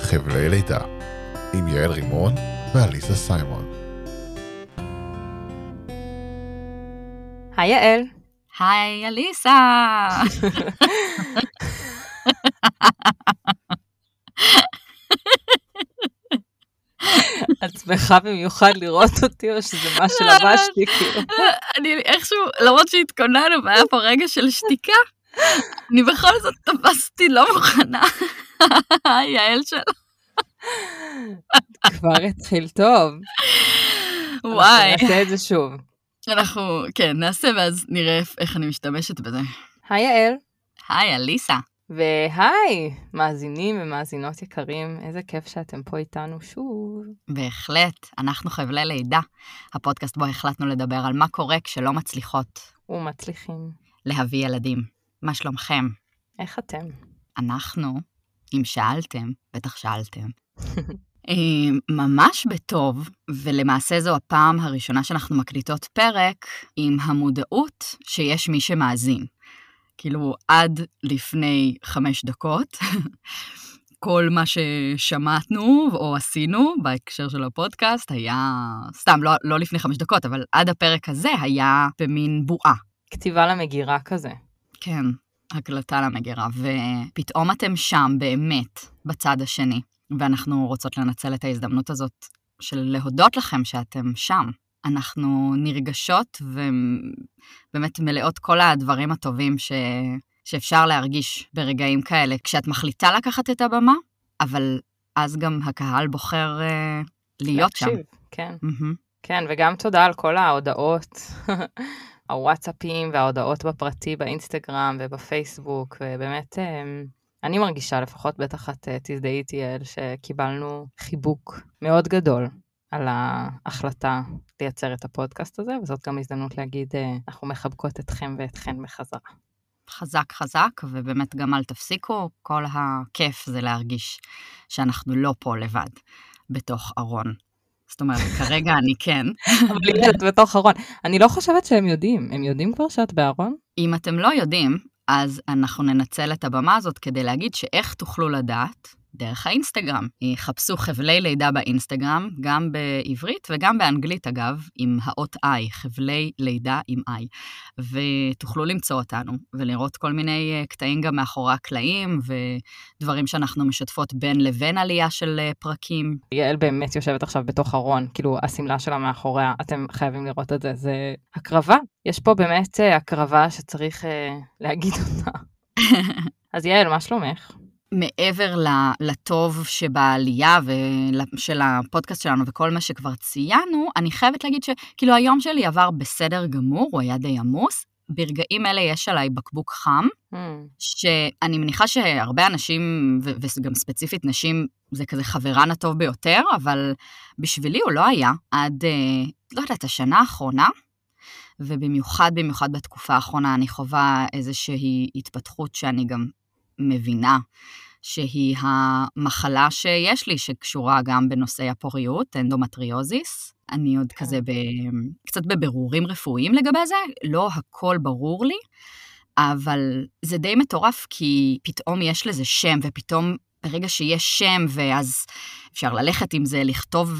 חבלי לידה, עם יעל רימון ואליסה סיימון. היי יעל. היי אליסה. את שמחה במיוחד לראות אותי, או שזה מה שלבשתי, כאילו? אני איכשהו, למרות שהתכוננו והיה פה רגע של שתיקה, אני בכל זאת תפסתי לא מוכנה. יעל שלו. כבר התחיל טוב. וואי. נעשה את זה שוב. אנחנו, כן, נעשה ואז נראה איך אני משתמשת בזה. היי יעל. היי אליסה. והי, מאזינים ומאזינות יקרים, איזה כיף שאתם פה איתנו שוב. בהחלט, אנחנו חבלי לידה, הפודקאסט בו החלטנו לדבר על מה קורה כשלא מצליחות. ומצליחים. להביא ילדים. מה שלומכם? איך אתם? אנחנו, אם שאלתם, בטח שאלתם. ממש בטוב, ולמעשה זו הפעם הראשונה שאנחנו מקליטות פרק עם המודעות שיש מי שמאזין. כאילו עד לפני 5 דקות, כל מה ששמענו או עשינו בהקשר של הפודקאסט היה, סתם לא לפני 5 דקות, אבל עד הפרק הזה היה במין בועה. כתיבה למגירה כזה. כן, הקלטה למגירה, ופתאום אתם שם באמת בצד השני, ואנחנו רוצות לנצל את ההזדמנות הזאת של להודות לכם שאתם שם. אנחנו נרגשות ובאמת מלאות כל הדברים הטובים שאפשר להרגיש ברגעים כאלה, כשאת מחליטה לקחת את הבמה, אבל אז גם הקהל בוחר להיות שם. כן. כן, וגם תודה על כל ההודעות, הוואטסאפים וההודעות בפרטי באינסטגרם ובפייסבוק, ובאמת אני מרגישה לפחות בטח את תזדהי איתי יעל שקיבלנו חיבוק מאוד גדול על ההחלטה לייצר את הפודקאסט הזה, וזאת גם הזדמנות להגיד, אנחנו מחבקות אתכם ואתכן בחזרה. חזק חזק, ובאמת גם אל תפסיקו, כל הכיף זה להרגיש שאנחנו לא פה לבד, בתוך ארון. זאת אומרת, כרגע אני כן. אבל ליגלת בתוך ארון. אני לא חושבת שהם יודעים. הם יודעים כבר שאת בארון? אם אתם לא יודעים, אז אנחנו ננצל את הבמה הזאת כדי להגיד שאיך תוכלו לדעת דרך האינסטגרם. חפשו חבלי לידה באינסטגרם, גם בעברית וגם באנגלית אגב, עם האות I, חבלי לידה עם I. ותוכלו למצוא אותנו ולראות כל מיני קטעים גם מאחורי הקלעים, ודברים שאנחנו משתפות בין לבין עלייה של פרקים. יעל באמת יושבת עכשיו בתוך ארון, כאילו הסמלה שלה מאחוריה, אתם חייבים לראות את זה, זה הקרבה. יש פה באמת הקרבה שצריך להגיד אותה. אז יעל, מה שלומך? מעבר לטוב שבעלייה של הפודקאסט שלנו וכל מה שכבר ציינו, אני חייבת להגיד שכאילו היום שלי עבר בסדר גמור, הוא היה די עמוס, ברגעים אלה יש עליי בקבוק חם, שאני מניחה שהרבה אנשים, וגם ספציפית נשים, זה כזה חברן הטוב ביותר, אבל בשבילי הוא לא היה עד, לא יודעת, השנה האחרונה, ובמיוחד בתקופה האחרונה אני חווה איזושהי התפתחות שאני גם מבינה שהיא המחלה שיש לי, שקשורה גם בנושאי הפוריות, אנדומטריוזיס. אני עוד כזה קצת בבירורים רפואיים לגבי זה, לא הכל ברור לי, אבל זה די מטורף, כי פתאום יש לזה שם, ופתאום ברגע שיש שם, ואז אפשר ללכת עם זה,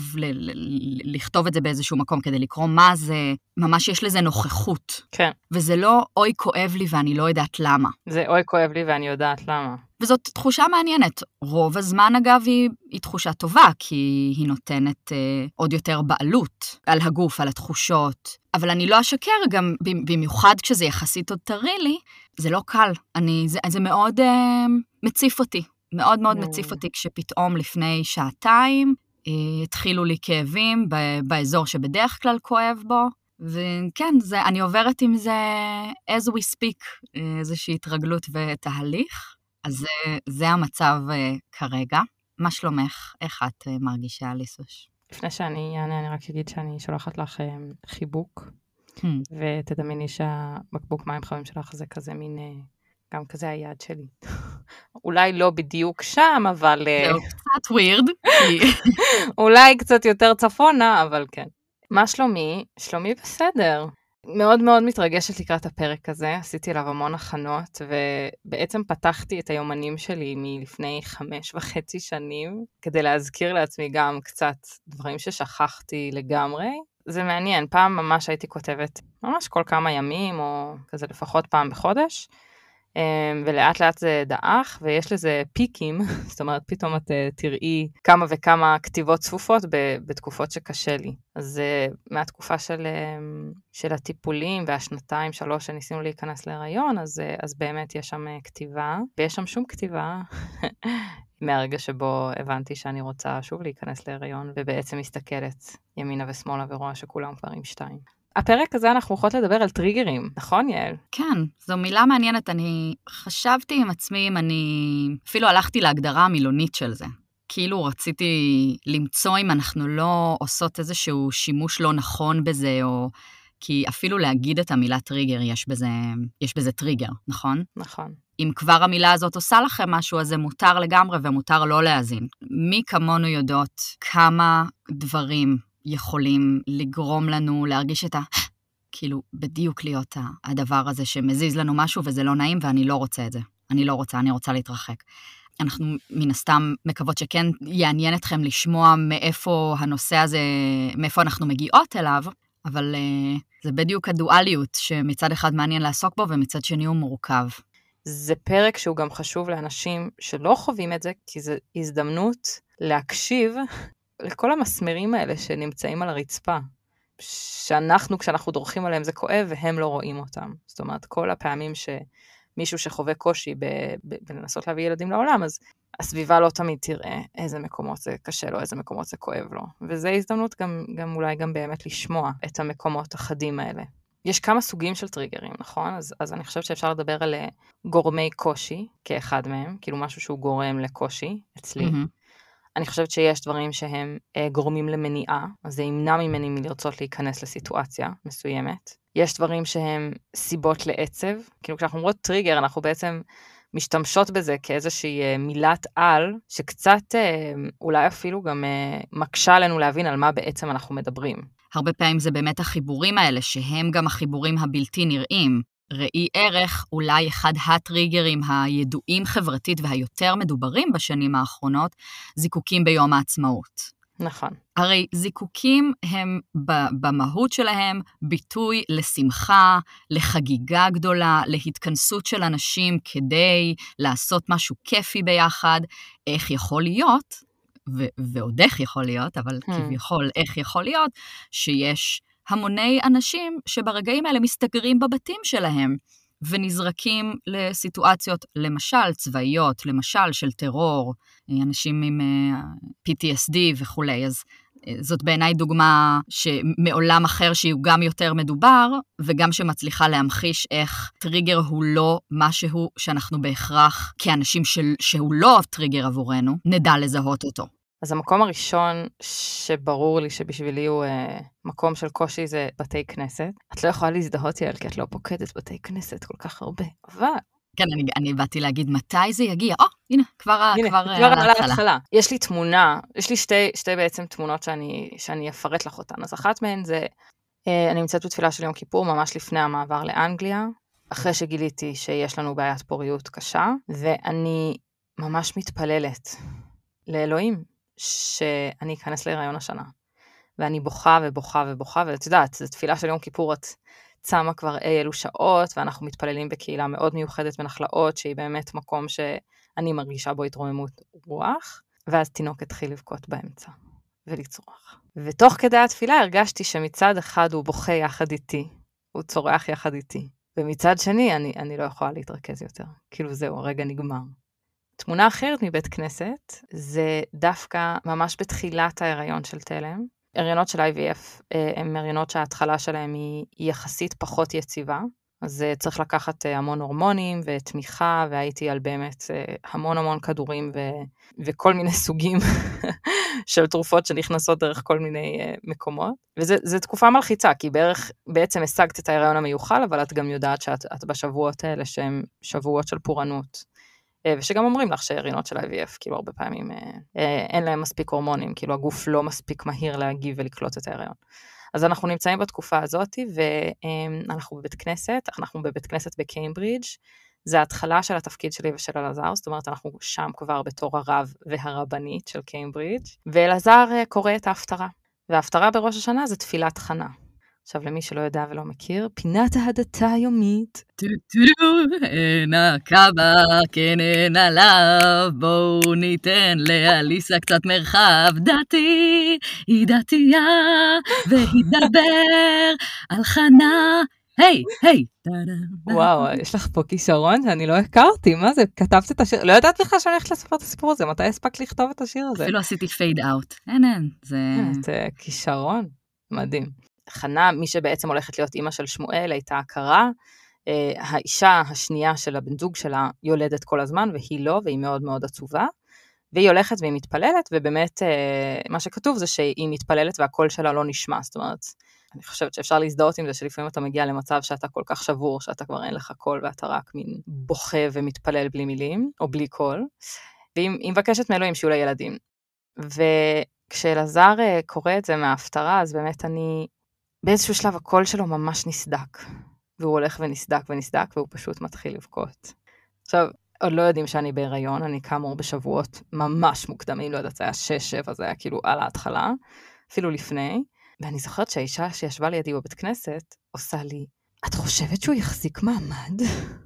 לכתוב את זה באיזשהו מקום, כדי לקרוא מה זה, ממש יש לזה נוכחות. כן. וזה לא, אוי כואב לי ואני לא יודעת למה. זה אוי כואב לי ואני יודעת למה. וזאת תחושה מעניינת. רוב הזמן, אגב, היא תחושה טובה, כי היא נותנת עוד יותר בעלות על הגוף, על התחושות. אבל אני לא אשקר, גם במיוחד כשזה יחסית עוד טרי לי, זה לא קל. זה מאוד מציף אותי. מאוד מאוד מציף אותי כשפתאום לפני 2 שעתיים התחילו לי כאבים באזור שבדרך כלל כואב בו, וכן, אני עוברת עם זה as we speak, איזושהי התרגלות ותהליך, אז זה המצב כרגע. מה שלומך? איך את מרגישה, ליסוש? לפני שאני אענה, אני רק אגיד שאני שולחת לך חיבוק, ותדמייני שהבקבוק מים חמים שלך זה כזה מין... גם כזה היד שלי. אולי לא בדיוק שם, אבל... זהו קצת ווירד. אולי קצת יותר צפונה, אבל כן. מה שלומי? שלומי בסדר. מאוד מאוד מתרגשת לקראת הפרק הזה, עשיתי עליו המון הכנות, ובעצם פתחתי את היומנים שלי מלפני 5.5 שנים, כדי להזכיר לעצמי גם קצת דברים ששכחתי לגמרי. זה מעניין, פעם ממש הייתי כותבת ממש כל כמה ימים, או כזה לפחות פעם בחודש, ולאט לאט זה דעך, ויש לזה פיקים, זאת אומרת, פתאום את תראי כמה וכמה כתיבות צפופות בתקופות שקשה לי. אז מהתקופה של הטיפולים, והשנתיים, 3 שניסינו להיכנס להיריון, אז באמת יש שם כתיבה, ויש שם שום כתיבה, מהרגע שבו הבנתי שאני רוצה שוב להיכנס להיריון, ובעצם מסתכלת ימינה ושמאלה, ורואה שכולם כבר עם 2. הפרק הזה אנחנו יכולות לדבר על טריגרים, נכון יעל? כן, זו מילה מעניינת, אני חשבתי עם עצמי אם אני אפילו הלכתי להגדרה המילונית של זה. כאילו רציתי למצוא אם אנחנו לא עושות איזשהו שימוש לא נכון בזה, או כי אפילו להגיד את המילה טריגר יש בזה טריגר, נכון? נכון. אם כבר המילה הזאת עושה לכם משהו, אז זה מותר לגמרי ומותר לא להאזין. מי כמונו יודעות כמה דברים יכולים לגרום לנו להרגיש את כאילו בדיוק להיות הדבר הזה שמזיז לנו משהו וזה לא נעים ואני לא רוצה את זה. אני רוצה להתרחק. אנחנו מן הסתם מקוות שכן יעניין אתכם לשמוע מאיפה הנושא הזה, מאיפה אנחנו מגיעות אליו, אבל זה בדיוק הדואליות שמצד אחד מעניין לעסוק בו ומצד שני הוא מורכב. זה פרק שהוא גם חשוב לאנשים שלא חווים את זה, כי זה הזדמנות להקשיב לכל המסמרים האלה שנמצאים על הרצפה, כשאנחנו דורכים עליהם זה כואב והם לא רואים אותם. זאת אומרת, כל הפעמים שמישהו שחווה קושי בלנסות להביא ילדים לעולם, אז הסביבה לא תמיד תראה איזה מקומות זה קשה לו, איזה מקומות זה כואב לו. וזו הזדמנות גם אולי גם באמת לשמוע את המקומות החדים האלה. יש כמה סוגים של טריגרים, נכון? אז אני חושבת שאפשר לדבר על גורמי קושי כאחד מהם, כאילו משהו שהוא גורם לקושי אצלי. אני חושבת שיש דברים שהם גורמים למניעה, אז זה ימנע ממני מלרצות להיכנס לסיטואציה מסוימת. יש דברים שהם סיבות לעצב, כאילו כשאנחנו אומרות טריגר, אנחנו בעצם משתמשות בזה כאיזושהי מילת על, שקצת אולי אפילו גם מקשה עלינו להבין על מה בעצם אנחנו מדברים. הרבה פעמים זה באמת החיבורים האלה, שהם גם החיבורים הבלתי נראים. ראי ערך, אולי אחד הטריגרים הידועים חברתית והיותר מדוברים בשנים האחרונות, זיקוקים ביום העצמאות. נכון. הרי זיקוקים הם במהות שלהם ביטוי לשמחה, לחגיגה גדולה, להתכנסות של אנשים כדי לעשות משהו כיפי ביחד. איך יכול להיות, ועוד איך יכול להיות, אבל כביכול איך יכול להיות, שיש המוני אנשים שברגעים האלה מסתגרים בבתים שלהם, ונזרקים לסיטואציות, למשל צבאיות, למשל של טרור, אנשים עם PTSD וכו'. אז זאת בעיניי דוגמה שמעולם אחר שהוא גם יותר מדובר, וגם שמצליחה להמחיש איך טריגר הוא לא משהו שאנחנו בהכרח, כאנשים שהוא לא טריגר עבורנו, נדע לזהות אותו. אז המקום הראשון שברור לי שבשבילי הוא מקום של קושי זה בתי כנסת. את לא יכולה להזדהות יעל, כי את לא פוקדת בתי כנסת כל כך הרבה. אבל... כן, אני באתי להגיד מתי זה יגיע. הנה, כבר על ההתחלה. יש לי תמונה, יש לי שתי בעצם תמונות שאני אפרט לך אותן. אז אחת מהן זה, אני נמצאת בתפילה של יום כיפור, ממש לפני המעבר לאנגליה, אחרי שגיליתי שיש לנו בעיית פוריות קשה, ואני ממש מתפללת לאלוהים, שאני אכנס להיריון השנה. ואני בוכה ובוכה ובוכה, ואת יודעת, זו תפילה של יום כיפור, את צמה כבר אלו שעות, ואנחנו מתפללים בקהילה מאוד מיוחדת בנחלאות, שהיא באמת מקום שאני מרגישה בו התרוממות רוח, ואז תינוק התחיל לבכות באמצע, ולצרוח. ותוך כדי התפילה הרגשתי שמצד אחד הוא בוכה יחד איתי, הוא צורח יחד איתי, ומצד שני אני לא יכולה להתרכז יותר, כאילו זהו, הרגע נגמר. תמונה אחרת מבית כנסת, זה דווקא ממש בתחילת ההיריון של תלם. הריונות של IVF הם הריונות שההתחלה שלהם היא יחסית פחות יציבה, אז צריך לקחת המון הורמונים ותמיכה, והייתי על באמת המון כדורים וכל מיני סוגים של תרופות שנכנסות דרך כל מיני מקומות. וזו תקופה מלחיצה, כי בעצם השגת את ההיריון המיוחל, אבל את גם יודעת שאת בשבועות האלה שהם שבועות של פורענות. ושגם אומרים לך שהריונות של IVF, כאילו הרבה פעמים אין להם מספיק הורמונים, כאילו הגוף לא מספיק מהיר להגיב ולקלוט את ההיריון. אז אנחנו נמצאים בתקופה הזאת, ואנחנו בבית כנסת בקיימברידג', זה ההתחלה של התפקיד שלי ושל אלעזר, זאת אומרת, אנחנו שם כבר בתור הרב והרבנית של קיימברידג', ואלעזר קורא את ההפטרה, וההפטרה בראש השנה זה תפילת חנה. עכשיו, למי שלא יודע ולא מכיר, פינת ההדתה היומית. אין הקבה, כן אין עליו, בואו ניתן לאליסה קצת מרחב, דתי, היא דתייה, והיא דבר על חנה, היי. וואו, יש לך פה כישרון שאני לא הכרתי, מה זה? כתבת את השיר, לא יודעת לך שאני הולכת לספר את הסיפור הזה, מתי הספקת לכתוב את השיר הזה? אפילו עשיתי פייד אאוט, אין, זה כישרון, מדהים. חנה, מי שבעצם הולכת להיות אימא של שמואל, הייתה הכרה, האישה השנייה של הבן זוג שלה יולדת כל הזמן, והיא לא, והיא מאוד מאוד עצובה, והיא הולכת והיא מתפללת, ובאמת מה שכתוב זה שהיא מתפללת והקול שלה לא נשמע, זאת אומרת, אני חושבת שאפשר להזדהות עם זה, שלפעמים אתה מגיע למצב שאתה כל כך שבור, שאתה כבר אין לך קול, ואתה רק מין בוכה ומתפלל בלי מילים, או בלי קול, והיא מבקשת מאלוהים שיהיו לה ילדים. וכשאלעזר קורא את זה מההפטרה, אז באמת באיזשהו שלב הקול שלו ממש נסדק, והוא הולך ונסדק, והוא פשוט מתחיל לבכות. עכשיו, עוד לא יודעים שאני בהיריון, אני כאמור בשבועות ממש מוקדמים, לא יודעת, זה היה 6-7, זה היה כאילו על ההתחלה, אפילו לפני, ואני זוכרת שהאישה שישבה לידי בבית כנסת, עושה לי, את חושבת שהוא יחזיק מעמד?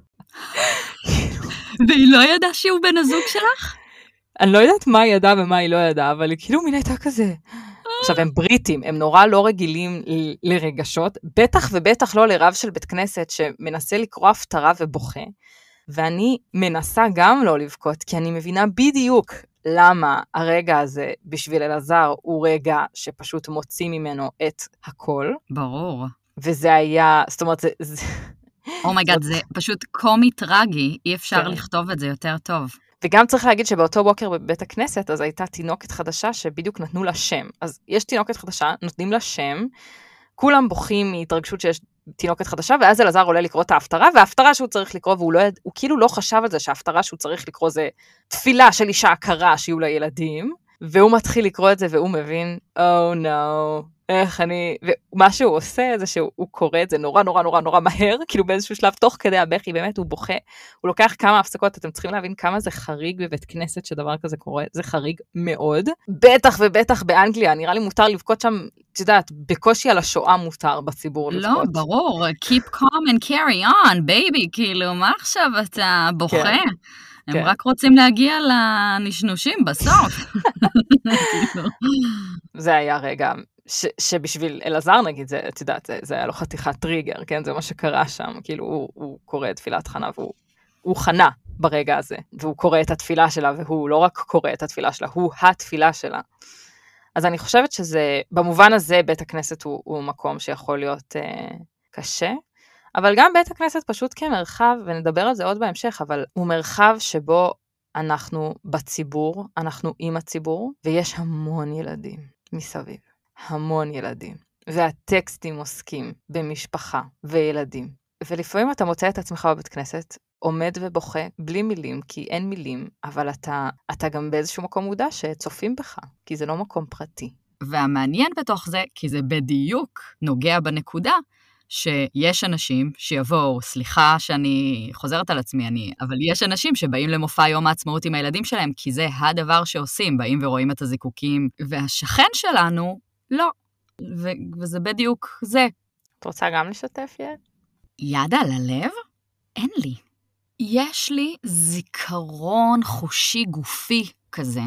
והיא לא ידעה שהוא בן הזוג שלך? אני לא יודעת מה היא ידעה ומה היא לא ידעה, אבל היא כאילו מין הייתה כזה. עכשיו, הם בריטים, הם נורא לא רגילים לרגשות, בטח ובטח לא לרב של בית כנסת שמנסה לקרוא הפטרה ובוכה, ואני מנסה גם לא לבכות, כי אני מבינה בדיוק למה הרגע הזה בשביל אלעזר הוא רגע שפשוט מוציא ממנו את הכל. ברור. וזה היה, זאת אומרת, אומייגאד, זה פשוט קומי טרגי, אי אפשר לכתוב את זה יותר טוב. וגם צריך להגיד שבאותו בוקר בבית הכנסת, אז הייתה תינוקת חדשה שבדיוק נתנו לה שם. אז יש תינוקת חדשה, נותנים לה שם, כולם בוכים מהתרגשות שיש תינוקת חדשה, ואז אלעזר עולה לקרוא את ההפטרה, וההפטרה שהוא צריך לקרוא, הוא כאילו לא חשב על זה שההפטרה שהוא צריך לקרוא זה תפילה של אישה הכרה שיהיו לה ילדים, והוא מתחיל לקרוא את זה והוא מבין, oh no, איך אני, ומה שהוא עושה זה שהוא קורא את זה נורא נורא נורא נורא מהר, כאילו באיזשהו שלב תוך כדי הבכי, באמת הוא בוכה, הוא לוקח כמה הפסקות, אתם צריכים להבין כמה זה חריג בבית כנסת שדבר כזה קורה, זה חריג מאוד, בטח ובטח באנגליה, נראה לי מותר לבכות שם, את יודעת, בקושי על השואה מותר בציבור לבכות. לא, ברור, keep calm and carry on, baby, כאילו, מה עכשיו אתה בוכה? כן. הם רק רוצים להגיע לנשנושים בסוף. זה היה רגע שבשביל אלעזר נגיד, את יודעת, זה היה לו חתיכת טריגר, כן? זה מה שקרה שם, כאילו הוא קורא את תפילת חנה, והוא חנה ברגע הזה, והוא קורא את התפילה שלה, והוא לא רק קורא את התפילה שלה, הוא התפילה שלה. אז אני חושבת שזה, במובן הזה בית הכנסת הוא מקום שיכול להיות קשה, אבל גם בית הכנסת פשוט כמרחב, ונדבר על זה עוד בהמשך, אבל הוא מרחב שבו אנחנו בציבור, אנחנו עם הציבור, ויש המון ילדים מסביב, המון ילדים, והטקסטים עוסקים במשפחה וילדים, ולפעמים אתה מוצא את עצמך בבית כנסת, עומד ובוכה בלי מילים, כי אין מילים, אבל אתה גם באיזשהו מקום מודע שצופים בך, כי זה לא מקום פרטי. והמעניין בתוך זה, כי זה בדיוק נוגע בנקודה, שיש אנשים שיבואו, סליחה שאני חוזרת על עצמי, אבל יש אנשים שבאים למופע יום העצמאות עם הילדים שלהם, כי זה הדבר שעושים, באים ורואים את הזיקוקים, והשכן שלנו, לא. וזה בדיוק זה. את רוצה גם לשתף, יד? יד על הלב? אין לי. יש לי זיכרון חושי גופי כזה,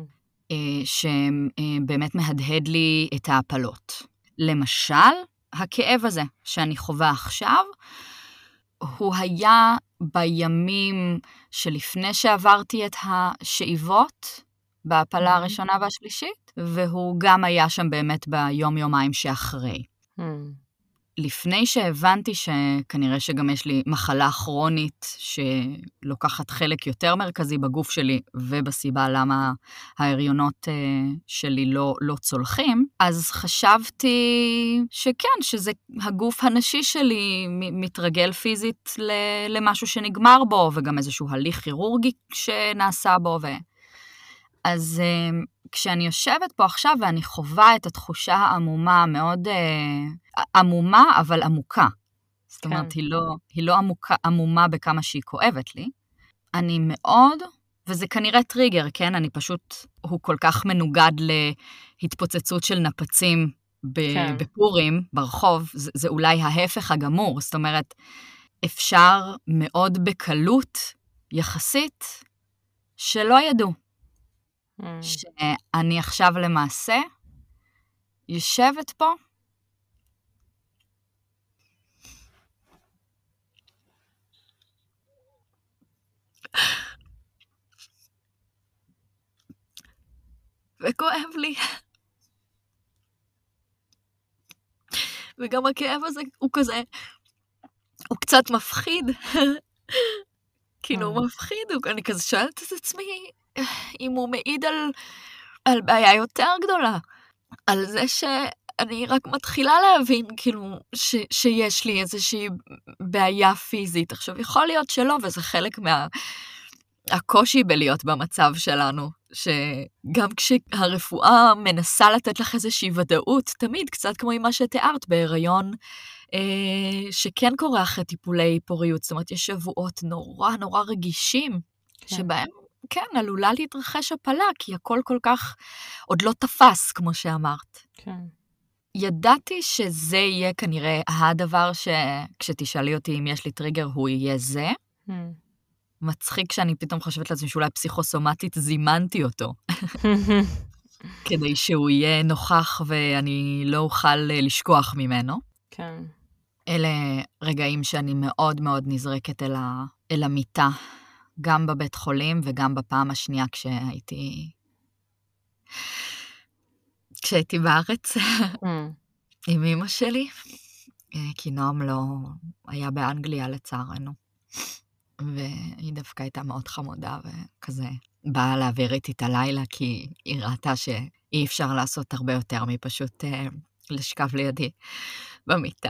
שבאמת מהדהד לי את ההפלות. למשל, הכאב הזה שאני חווה עכשיו, הוא היה בימים שלפני שעברתי את השאיבות, בהפלה הראשונה והשלישית, והוא גם היה שם באמת ביום-יומיים שאחרי. לפני שהבנתי שכנראה שגם יש לי מחלה כרונית שלוקחת חלק יותר מרכזי בגוף שלי ובסיבה למה ההריונות שלי לא צולחים, אז חשבתי שכן, שזה הגוף הנשי שלי מתרגל פיזית למשהו שנגמר בו, וגם איזשהו הליך כירורגי שנעשה בו. אז כשאני יושבת פה עכשיו ואני חווה את התחושה העמומה, מאוד עמומה אבל עמוקה. זאת אומרת, היא לא עמומה בכמה שהיא כואבת לי. אני מאוד, וזה כנראה טריגר, כן? אני פשוט, הוא כל כך מנוגד להתפוצצות של נפצים בפורים, ברחוב, זה אולי ההפך הגמור. זאת אומרת, אפשר מאוד בקלות, יחסית, שלא ידעו. שאני עכשיו למעשה יושבת פה, וכואב לי. וגם הכאב הזה הוא כזה, הוא קצת מפחיד. כאילו הוא מפחיד, אני כזה שואלת את עצמי, אם הוא מעיד על בעיה יותר גדולה. על זה שאני רק מתחילה להבין, כאילו, שיש לי איזושהי בעיה פיזית. עכשיו, יכול להיות שלא, וזה חלק הקושי בלהיות במצב שלנו, שגם כשהרפואה מנסה לתת לך איזושהי ודאות, תמיד קצת כמו עם מה שתיארת בהיריון, שכן קורה אחרי טיפולי פוריות, זאת אומרת, יש שבועות נורא נורא רגישים, שבהם, כן, עלולה להתרחש הפלה, כי הכל כל כך עוד לא תפס, כמו שאמרת. כן. ידעתי שזה יהיה כנראה הדבר שכשתשאלי אותי אם יש לי טריגר, הוא יהיה זה. מצחיק שאני פתאום חושבת לעצמי שאולי פסיכוסומטית זימנתי אותו. כדי שהוא יהיה נוכח ואני לא אוכל לשכוח ממנו. כן. אלה רגעים שאני מאוד מאוד נזרקת אל המיטה, גם בבית חולים וגם בפעם השנייה כשהייתי בארץ עם אמא שלי, כי נועם לא היה באנגליה לצערנו. והיא דווקא הייתה מאוד חמודה וכזה באה להעביר איתי את הלילה, כי היא ראתה שאי אפשר לעשות הרבה יותר מפשוט לשכב לידי במיטה.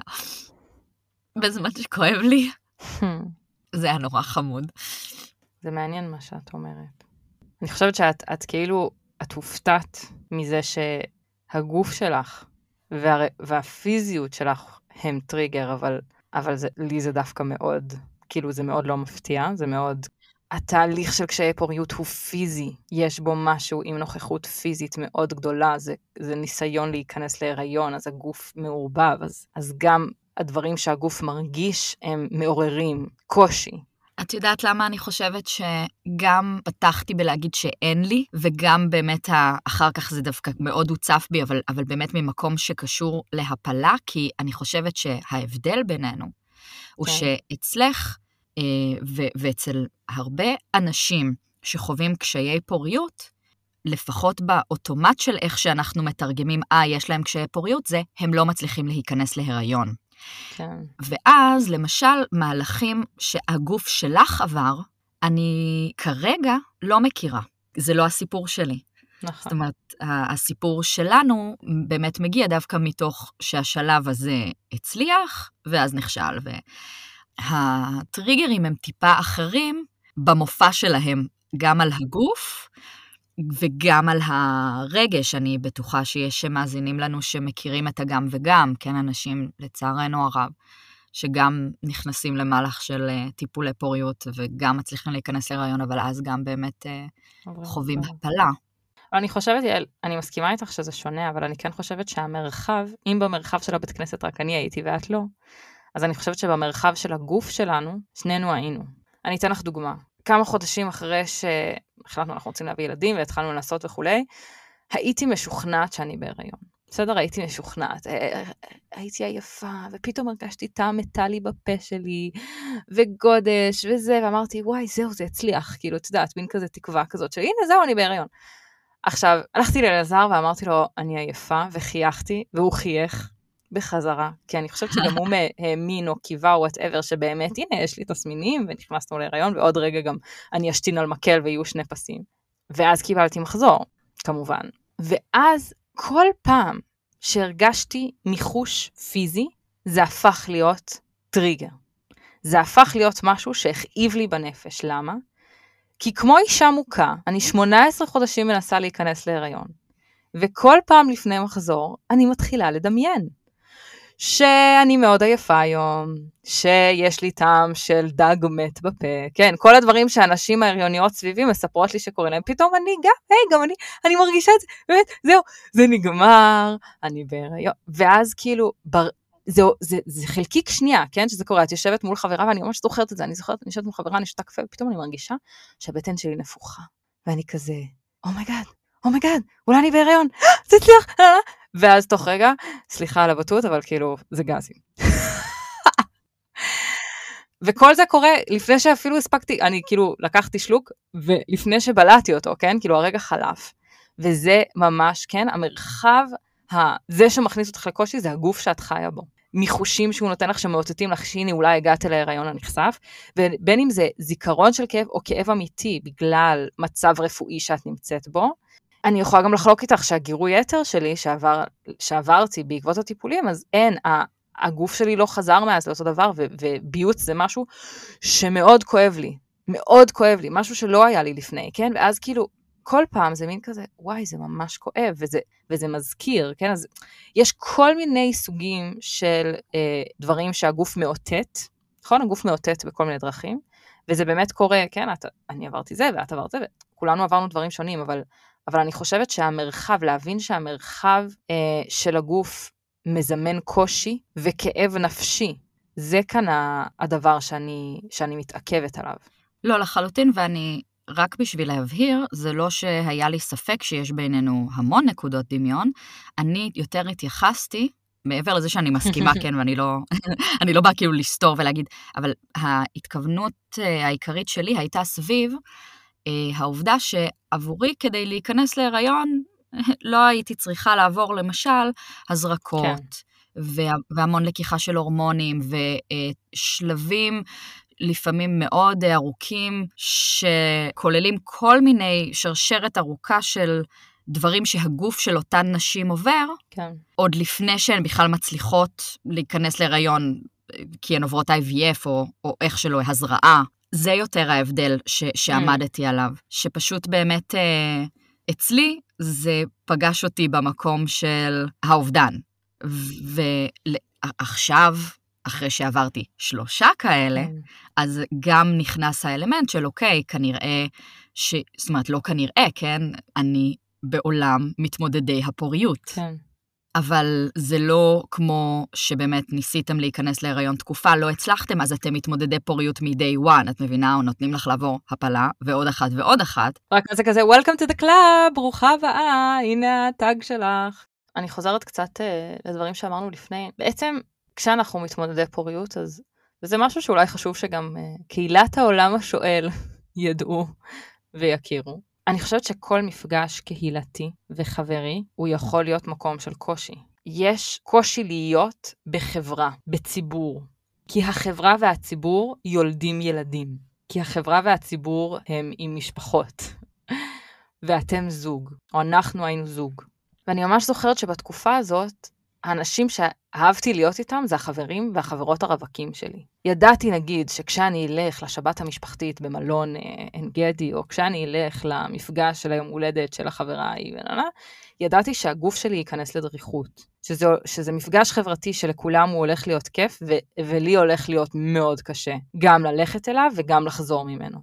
בזמן שכואב לי, זה היה נורא חמוד. זה מעניין מה שאת אומרת. אני חושבת שאת כאילו, את הופתעת מזה שהגוף שלך והפיזיות שלך הם טריגר, אבל לי זה דווקא מאוד, כאילו זה מאוד לא מפתיע, זה מאוד, התהליך של קשיי פוריות הוא פיזי, יש בו משהו עם נוכחות פיזית מאוד גדולה, זה ניסיון להיכנס להיריון, אז הגוף מעורבב, אז גם הדברים שהגוף מרגיש הם מעוררים קושי. את יודעת למה אני חושבת שגם פתחתי בלהגיד שאין לי, וגם באמת אחר כך זה דווקא מאוד הוצף בי, אבל באמת ממקום שקשור להפלה, כי אני חושבת שההבדל בינינו, הוא שאצלך ואצל הרבה אנשים שחווים קשיי פוריות, לפחות באוטומט של איך שאנחנו מתרגמים, יש להם קשיי פוריות, זה הם לא מצליחים להיכנס להיריון. כן. ואז, למשל, מהלכים שהגוף שלך עבר, אני כרגע לא מכירה. זה לא הסיפור שלי. נכון. זאת אומרת, הסיפור שלנו באמת מגיע דווקא מתוך שהשלב הזה הצליח, ואז נכשל. והטריגרים הם טיפה אחרים במופע שלהם, גם על הגוף, וגם על הרגש. אני בטוחה שיש שמאזינים לנו שמכירים את הגם וגם, כן, אנשים לצערנו הרב, שגם נכנסים למהלך של טיפולי פוריות, וגם מצליחים להיכנס להיריון, אבל אז גם באמת חווים הפלה. אני חושבת, אני מסכימה איתך שזה שונה, אבל אני כן חושבת שהמרחב, אם במרחב של הבית כנסת רק אני הייתי ואת לא, אז אני חושבת שבמרחב של הגוף שלנו, שנינו היינו. אני אתן לך דוגמה. כמה חודשים אחרי שהחלטנו אנחנו רוצים להביא ילדים והתחלנו לעשות וכולי, הייתי משוכנעת שאני בהיריון. בסדר, הייתי משוכנעת. הייתי עייפה, ופתאום הרגשתי טעם מטלי בפה שלי, וגודש וזה, ואמרתי, וואי, זהו, זה הצליח. כאילו, את יודעת, מין כזה תקווה כזאת, שהנה, זהו, אני בהיריון. עכשיו, הלכתי לאלעזר ואמרתי לו, אני עייפה, וחייכתי, והוא חייך בחזרה, כי אני חושבת שגם הוא האמין או קיווה או whatever, שבאמת, הנה, יש לי תסמינים, ונכנסנו להיריון, ועוד רגע גם אני אשתין על מקל ויהיו 2 פסים. ואז קיבלתי מחזור, כמובן. ואז כל פעם שהרגשתי ניחוש פיזי, זה הפך להיות טריגר. זה הפך להיות משהו שהכאיב לי בנפש. למה? כי כמו אישה מוכה, אני 18 חודשים מנסה להיכנס להיריון, וכל פעם לפני מחזור, אני מתחילה לדמיין. שאני מאוד עייפה היום, שיש לי טעם של דג מת בפה, כן, כל הדברים שהנשים ההריוניות סביבי מספרות לי שקוראים להם, פתאום גם אני מרגישה את זה, באמת, זהו, זה נגמר, אני בהיריון, ואז כאילו, זה חלקיק שנייה, כן, שזה קורה, את יושבת מול חברה, ואני ממש זוכרת את זה, אני יושבת מול חברה, אני שותה קפה, ופתאום אני מרגישה שהבטן שלי נפוחה, ואני כזה, אומייגאד, אולי אני בהיריון, זה הצליח, ואז תוך רגע, סליחה על הבטות, אבל כאילו, זה גזים. וכל זה קורה לפני שאפילו הספקתי, אני כאילו לקחתי שלוק, ולפני שבלעתי אותו, כן? כאילו הרגע חלף. וזה ממש, כן, המרחב, זה שמכניס אותך לקושי, זה הגוף שאת חיה בו. מחושים שהוא נותן לך שמאותתים לך, שהנה אולי הגעת להיריון הנחשף, ובין אם זה זיכרון של כאב, או כאב אמיתי, בגלל מצב רפואי שאת נמצאת בו, אני יכולה גם לחלוק איתך שהגירוי יתר שלי, שעברתי בעקבות הטיפולים, אז אין, הגוף שלי לא חזר מאז לאותו דבר, וביוץ זה משהו שמאוד כואב לי, מאוד כואב לי, משהו שלא היה לי לפני, כן? ואז כאילו, כל פעם זה מין כזה, וואי, זה ממש כואב, וזה מזכיר, כן? אז יש כל מיני סוגים של דברים שהגוף מאותת, נכון? הגוף מאותת בכל מיני דרכים, וזה באמת קורה, כן? אני עברתי זה, ואת עברת זה, וכולנו עברנו דברים שונים, אבל אני חושבת שהמרחב, להבין שהמרחב של הגוף מזמן קושי וכאב נפשי, זה כאן הדבר שאני מתעכבת עליו. לא, לחלוטין, ואני רק בשביל להבהיר, זה לא שהיה לי ספק שיש בינינו המון נקודות דמיון, אני יותר התייחסתי, מעבר לזה שאני מסכימה, כן, ואני לא באה כאילו לסתור ולהגיד, אבל ההתכוונות העיקרית שלי הייתה סביב, העובדה שעבורי כדי להיכנס להיריון, לא הייתי צריכה לעבור למשל הזרקות, כן. והמון לקיחה של הורמונים, ושלבים לפעמים מאוד ארוכים, שכוללים כל מיני שרשרת ארוכה של דברים שהגוף של אותן נשים עובר, כן. עוד לפני שהן בכלל מצליחות להיכנס להיריון, כי הן עוברות IVF או איך שלא, הזרעה. זה יותר ההבדל שעמדתי עליו, שפשוט באמת אצלי זה פגש אותי במקום של האובדן. ועכשיו, אחרי שעברתי 3 כאלה, אז גם נכנס האלמנט של אוקיי, כנראה, זאת אומרת לא כנראה, כן, אני בעולם מתמודדי הפוריות. כן. אבל זה לא כמו שבאמת ניסיתם להיכנס להיריון תקופה, לא הצלחתם, אז אתם מתמודדי פוריות מ-day one, את מבינה, או נותנים לך לעבור הפלה, ועוד אחת ועוד אחת. רק זה כזה, welcome to the club, ברוכה הבאה, הנה הטאג שלך. אני חוזרת קצת לדברים שאמרנו לפני. בעצם, כשאנחנו מתמודדי פוריות, אז זה משהו שאולי חשוב שגם קהילת העולם השואל ידעו ויכירו. אני חושבת שכל מפגש קהילתי וחברי, הוא יכול להיות מקום של קושי. יש קושי להיות בחברה, בציבור. כי החברה והציבור יולדים ילדים. כי החברה והציבור הם עם משפחות. ואתם זוג, או אנחנו היינו זוג. ואני ממש זוכרת שבתקופה הזאת, האנשים שאהבתי להיות איתם זה החברים והחברות הרווקים שלי. ידעתי נגיד שכשאני אלך לשבת המשפחתית במלון עין גדי, או כשאני אלך למפגש של היום הולדת של החברה ההיא, ידעתי שהגוף שלי ייכנס לדריכות. שזה מפגש חברתי שלכולם הוא הולך להיות כיף, ולי הולך להיות מאוד קשה. גם ללכת אליו וגם לחזור ממנו.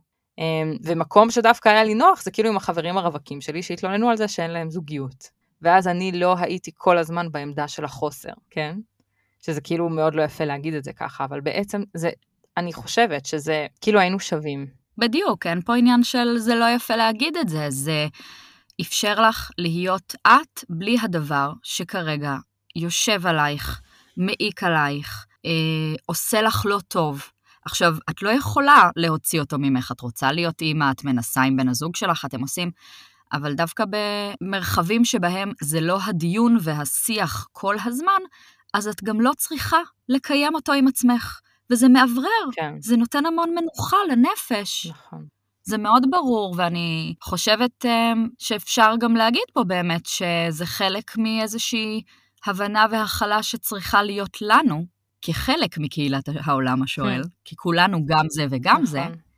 ומקום שדווקא היה לי נוח, זה כאילו עם החברים הרווקים שלי, שהתלוננו על זה שאין להם זוגיות. ואז אני לא הייתי כל הזמן בעמדה של החוסר, כן? שזה כאילו מאוד לא יפה להגיד את זה ככה, אבל בעצם זה, אני חושבת שזה, כאילו היינו שווים. בדיוק, אין פה עניין של זה לא יפה להגיד את זה, זה אפשר לך להיות את בלי הדבר שכרגע יושב עלייך, מעיק עלייך, עושה לך לא טוב. עכשיו, את לא יכולה להוציא אותו ממך, את רוצה להיות אימא, את מנסה עם בן הזוג שלך, אתם עושים... אבל דווקא במרחבים שבהם זה לא הדיון והשיח כל הזמן, אז את גם לא צריכה לקיים אותו עם עצמך. וזה מעברר, כן. זה נותן המון מנוחה לנפש. נכון. זה מאוד ברור, ואני חושבת שאפשר גם להגיד פה באמת, שזה חלק מאיזושהי הבנה והחלה שצריכה להיות לנו, כחלק מקהילת העולם השואל, כי כולנו גם זה וגם נכון. זה,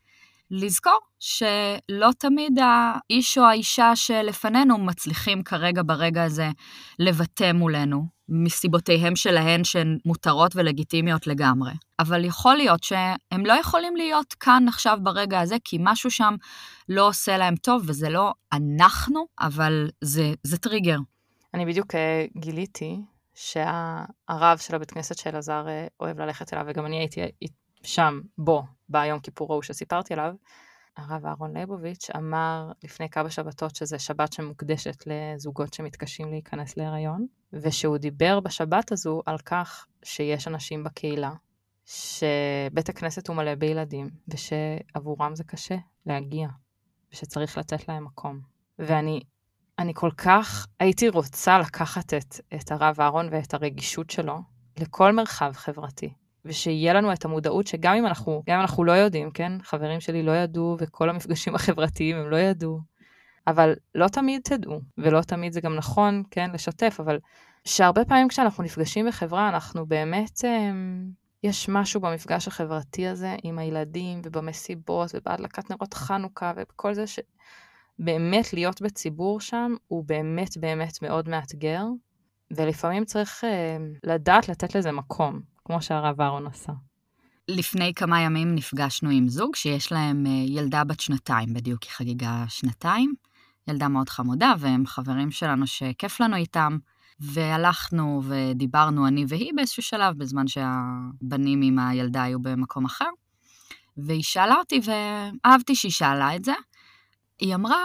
לזכור שלא תמיד האיש או האישה שלפנינו מצליחים כרגע ברגע הזה לבטא מולנו, מסיבותיהם שלהן שהן מותרות ולגיטימיות לגמרי. אבל יכול להיות שהם לא יכולים להיות כאן עכשיו ברגע הזה, כי משהו שם לא עושה להם טוב, וזה לא אנחנו, אבל זה טריגר. אני בדיוק גיליתי שהרב של הבית כנסת של אלעזר אוהב ללכת אליו, וגם אני הייתי שם ביום כיפור ההוא שסיפרתי עליו. הרב אהרון ליבוביץ' אמר לפני כמה שבתות שזה שבת שמוקדשת לזוגות שמתקשים להיכנס להיריון, ושהוא דיבר בשבת הזו על כך שיש אנשים בקהילה, שבית הכנסת הוא מלא בילדים, ושעבורם זה קשה להגיע, ושצריך לתת להם מקום. ואני כל כך הייתי רוצה לקחת את הרב אהרון ואת הרגישות שלו לכל מרחב חברתי. ושיהיה לנו את המודעות שגם אם אנחנו לא יודעים, כן? חברים שלי לא ידעו, וכל המפגשים החברתיים הם לא ידעו. אבל לא תמיד תדעו, ולא תמיד זה גם נכון, כן? לשתף, אבל שהרבה פעמים כשאנחנו נפגשים בחברה, אנחנו באמת, יש משהו במפגש החברתי הזה, עם הילדים, ובמסיבות, ובהדלקת נרות חנוכה, ובכל זה שבאמת להיות בציבור שם, הוא באמת באמת מאוד מאתגר, ולפעמים צריך לדעת לתת לזה מקום. כמו שהרב אהרון עשה. לפני כמה ימים נפגשנו עם זוג שיש להם ילדה בת 2, בדיוק היא חגיגה 2, ילדה מאוד חמודה, והם חברים שלנו שכיף לנו איתם, והלכנו ודיברנו אני והיא באיזשהו שלב, בזמן שהבנים עם הילדה היו במקום אחר, והיא שאלה אותי, ואהבתי שהיא שאלה את זה, היא אמרה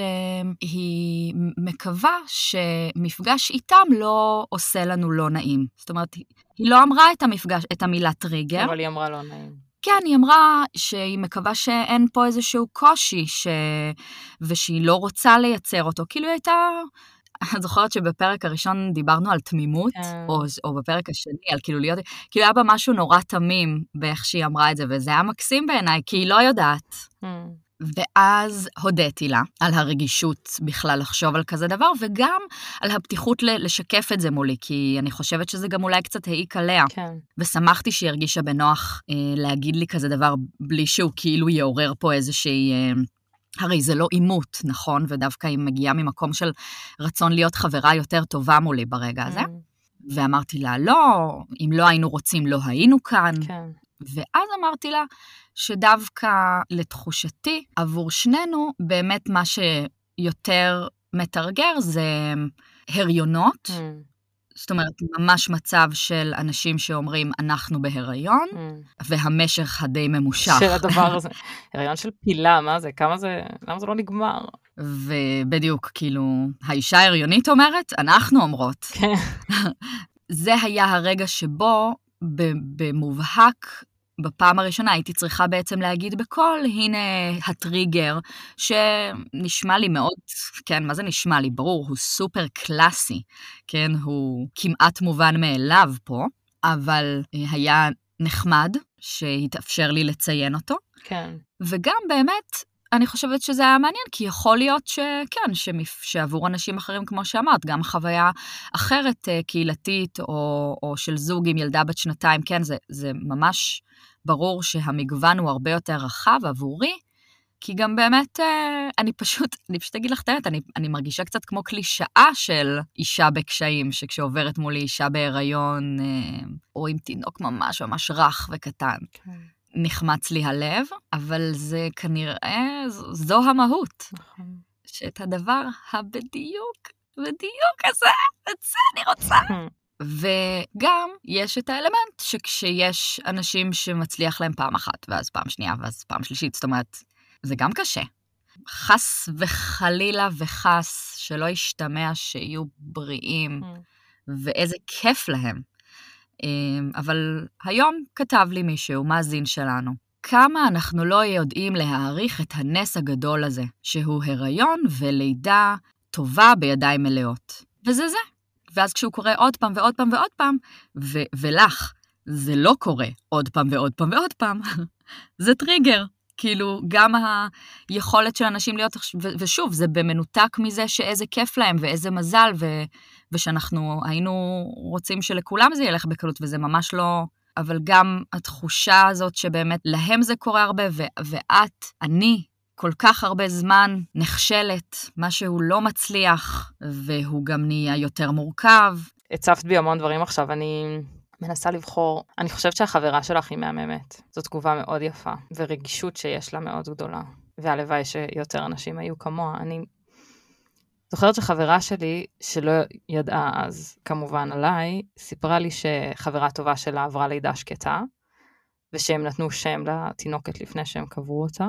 שהיא מקווה שמפגש איתם לא עושה לנו לא נעים. זאת אומרת, היא לא אמרה את המילה טריגר. אבל היא אמרה לא נעים. כן, היא אמרה שהיא מקווה שאין פה איזשהו קושי, ושהיא לא רוצה לייצר אותו. כאילו היא הייתה... את זוכרת שבפרק הראשון דיברנו על תמימות, או בפרק השני, על כאילו להיות... כאילו היה בה משהו נורא תמים באיך שהיא אמרה את זה, וזה היה מקסים בעיניי, כי היא לא יודעת. ואז הודיתי לה על הרגישות בכלל לחשוב על כזה דבר, וגם על הפתיחות לשקף את זה מולי, כי אני חושבת שזה גם אולי קצת העיק עליה. כן. ושמחתי שהיא הרגישה בנוח להגיד לי כזה דבר, בלי שהוא כאילו יעורר פה איזושהי... הרי זה לא אימות, נכון? ודווקא היא מגיעה ממקום של רצון להיות חברה יותר טובה מולי ברגע הזה. ואמרתי לה, לא, אם לא היינו רוצים, לא היינו כאן. כן. ואז אמרתי לה שדווקא לתחושתי, עבור שנינו, באמת מה שיותר מתרגר זה הריונות. זאת אומרת, ממש מצב של אנשים שאומרים, אנחנו בהיריון, והמשך הדי ממושך. של הדבר הזה. הריון של פילה, מה זה? כמה זה? למה זה לא נגמר? ובדיוק, כאילו, האישה ההריונית אומרת, אנחנו אומרות. כן. זה היה הרגע שבו, במובהק, בפעם הראשונה הייתי צריכה בעצם להגיד בכל, הנה הטריגר, שנשמע לי מאוד, כן, מה זה נשמע לי? ברור, הוא סופר קלאסי, כן, הוא כמעט מובן מאליו פה, אבל היה נחמד שהתאפשר לי לציין אותו. כן. וגם באמת, אני חושבת שזה היה מעניין, כי יכול להיות שכן, שעבור אנשים אחרים, כמו שאמרת, גם חוויה אחרת קהילתית, או של זוג עם ילדה בת 2, כן, זה ממש ברור שהמגוון הוא הרבה יותר רחב עבורי, כי גם באמת, אני פשוט אגיד לך את האמת, אני מרגישה קצת כמו קלישאה של אישה בקשיים, שכשעוברת מולי אישה בהיריון, או עם תינוק ממש ממש רך וקטן. כן. נחמץ לי הלב, אבל זה כנראה, זו המהות. נכון. שאת הדבר בדיוק הזה, את זה אני רוצה. וגם יש את האלמנט שכשיש אנשים שמצליח להם פעם אחת, ואז פעם שנייה, ואז פעם שלישית, זאת אומרת, זה גם קשה. חס וחלילה וחס שלא ישתמע שיהיו בריאים, ואיזה כיף להם. אבל היום כתב לי מישהו, מאזין שלנו, כמה אנחנו לא יודעים להעריך את הנס הגדול הזה, שהוא הריון ולידה טובה בידיים מלאות. וזה זה. ואז כשהוא קורא עוד פעם ועוד פעם ועוד פעם, ולך זה לא קורה עוד פעם ועוד פעם ועוד פעם, זה טריגר. כאילו, גם היכולת של אנשים להיות, ושוב, זה במנותק מזה שאיזה כיף להם ואיזה מזל, ושאנחנו היינו רוצים שלכולם זה ילך בקלות, וזה ממש אבל גם התחושה הזאת שבאמת להם זה קורה הרבה, אני כל כך הרבה זמן נכשלת, משהו לא מצליח, והוא גם נהיה יותר מורכב. הצפת בי המון דברים עכשיו, אני מנסה לבחור, אני חושבת שהחברה שלך היא מהממת. זו תגובה מאוד יפה, ורגישות שיש לה מאוד גדולה. והלוואי שיותר אנשים היו כמוה. אני זוכרת שחברה שלי, שלא ידעה אז כמובן עליי, סיפרה לי שחברה טובה שלה עברה לידה שקטה, ושהם נתנו שם לתינוקת לפני שהם קברו אותה.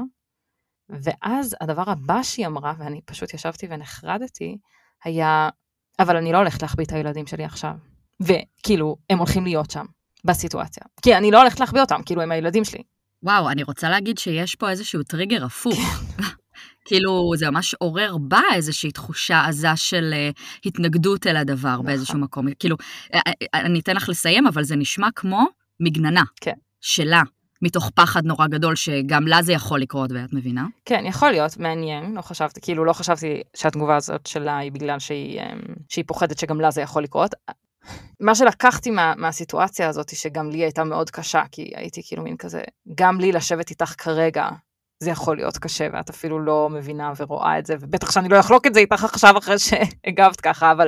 ואז הדבר הבא שהיא אמרה, ואני פשוט ישבתי ונחרדתי, היה, אבל אני לא הולכת להחביא את הילדים שלי עכשיו. וכאילו, הם הולכים להיות שם, בסיטואציה. כי אני לא הולכת להחביא אותם, כאילו, הם הילדים שלי. וואו, אני רוצה להגיד שיש פה איזשהו טריגר הפוך. כאילו, זה ממש עורר בה איזושהי תחושה עזה של התנגדות אל הדבר באיזשהו מקום. כאילו, אני אתן לך לסיים, אבל זה נשמע כמו מגננה שלה, מתוך פחד נורא גדול, שגם לה זה יכול לקרות, ואת מבינה? כן, יכול להיות, מעניין, לא חשבתי שהתגובה הזאת שלה היא בגלל שהיא פוחדת שגם לה זה יכול לקרות. מה שלקחתי מהסיטואציה הזאת, שגם לי הייתה מאוד קשה, כי הייתי כאילו מין כזה, גם לי לשבת איתך כרגע, זה יכול להיות קשה, ואת אפילו לא מבינה ורואה את זה, ובטח שאני לא אחלוק את זה איתך עכשיו אחרי שהגבת ככה, אבל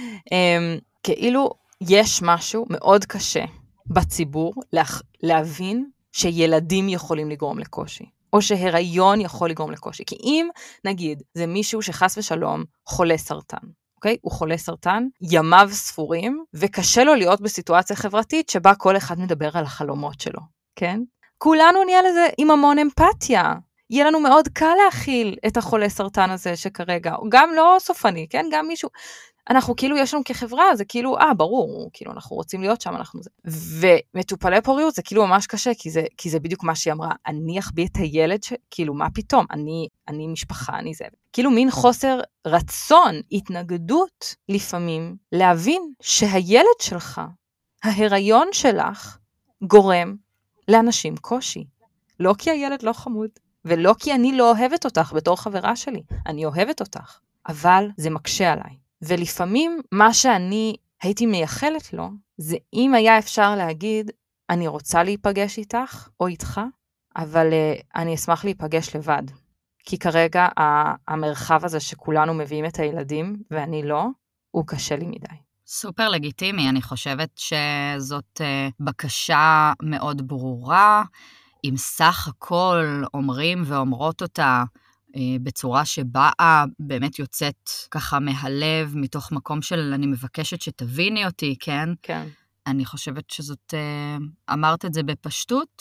כאילו יש משהו מאוד קשה בציבור להבין שילדים יכולים לגרום לקושי, או שהיריון יכול לגרום לקושי. כי אם, נגיד, זה מישהו שחס ושלום חולה סרטן, אוקיי? הוא חולה סרטן, ימיו ספורים, וקשה לו להיות בסיטואציה חברתית שבה כל אחד מדבר על החלומות שלו, כן? כולנו נהיה לזה עם המון אמפתיה. יהיה לנו מאוד קל להכיל את החולה סרטן הזה שכרגע, גם לא סופני, כן? גם מישהו, אנחנו כאילו, יש לנו כחברה, זה כאילו, ברור, כאילו אנחנו רוצים להיות שם, אנחנו זה. ומטופלי פוריות זה כאילו ממש קשה, כי זה בדיוק מה שהיא אמרה, אני אחביא את הילד, כאילו מה פתאום, אני משפחה, אני זה. כאילו מין חוסר רצון, התנגדות לפעמים, להבין שהילד שלך, ההיריון שלך, גורם לאנשים קושי. לא כי הילד לא חמוד, ולא כי אני לא אוהבת אותך בתור חברה שלי, אני אוהבת אותך, אבל זה מקשה עליי. ולפעמים מה שאני הייתי מייחלת לו, זה אם היה אפשר להגיד, אני רוצה להיפגש איתך או איתך, אבל אני אשמח להיפגש לבד. כי כרגע המרחב הזה שכולנו מביאים את הילדים, ואני לא, הוא קשה לי מדי. סופר לגיטימי, אני חושבת שזאת בקשה מאוד ברורה, אם סך הכל אומרים ואומרות אותה, בצורה שבאה באמת יוצאת ככה מהלב, מתוך מקום של אני מבקשת שתביני אותי, כן? כן. אני חושבת שזאת, אמרת את זה בפשטות,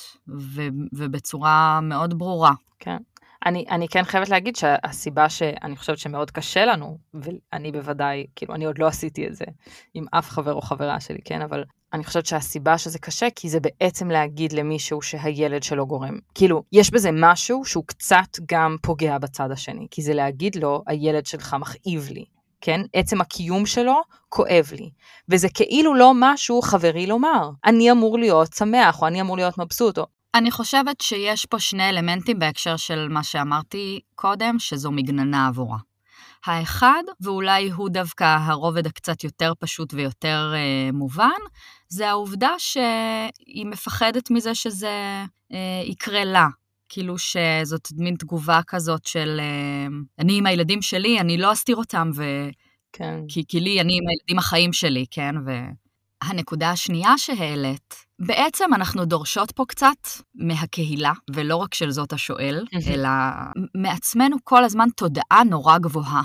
ובצורה מאוד ברורה. כן. אני כן חייבת להגיד שהסיבה שאני חושבת שמאוד קשה לנו, ואני בוודאי, כאילו אני עוד לא עשיתי את זה עם אף חבר או חברה שלי, כן? אבל אני חושבת שהסיבה שזה קשה, כי זה בעצם להגיד למישהו שהילד שלו גורם. כאילו, יש בזה משהו שהוא קצת גם פוגע בצד השני, כי זה להגיד לו, הילד שלך מכאיב לי, כן? עצם הקיום שלו כואב לי. וזה כאילו לא משהו חברי לומר. אני אמור להיות שמח, או אני אמור להיות מבסוט, או... אני חושבת שיש פה שני אלמנטים בהקשר של מה שאמרתי קודם, שזו מגננה עבורה. האחד, ואולי הוא דווקא הרובד הקצת יותר פשוט ויותר מובן, זה העובדה שהיא מפחדת מזה שזה יקרה לה. כאילו שזאת מין תגובה כזאת של אני עם הילדים שלי, אני לא אסתיר אותם, כן. כי לי, אני עם הילדים החיים שלי, כן? והנקודה השנייה שהעלית, בעצם אנחנו דורשות פה קצת מהקהילה, ולא רק של זאת השואל, אלא מעצמנו כל הזמן תודעה נורא גבוהה.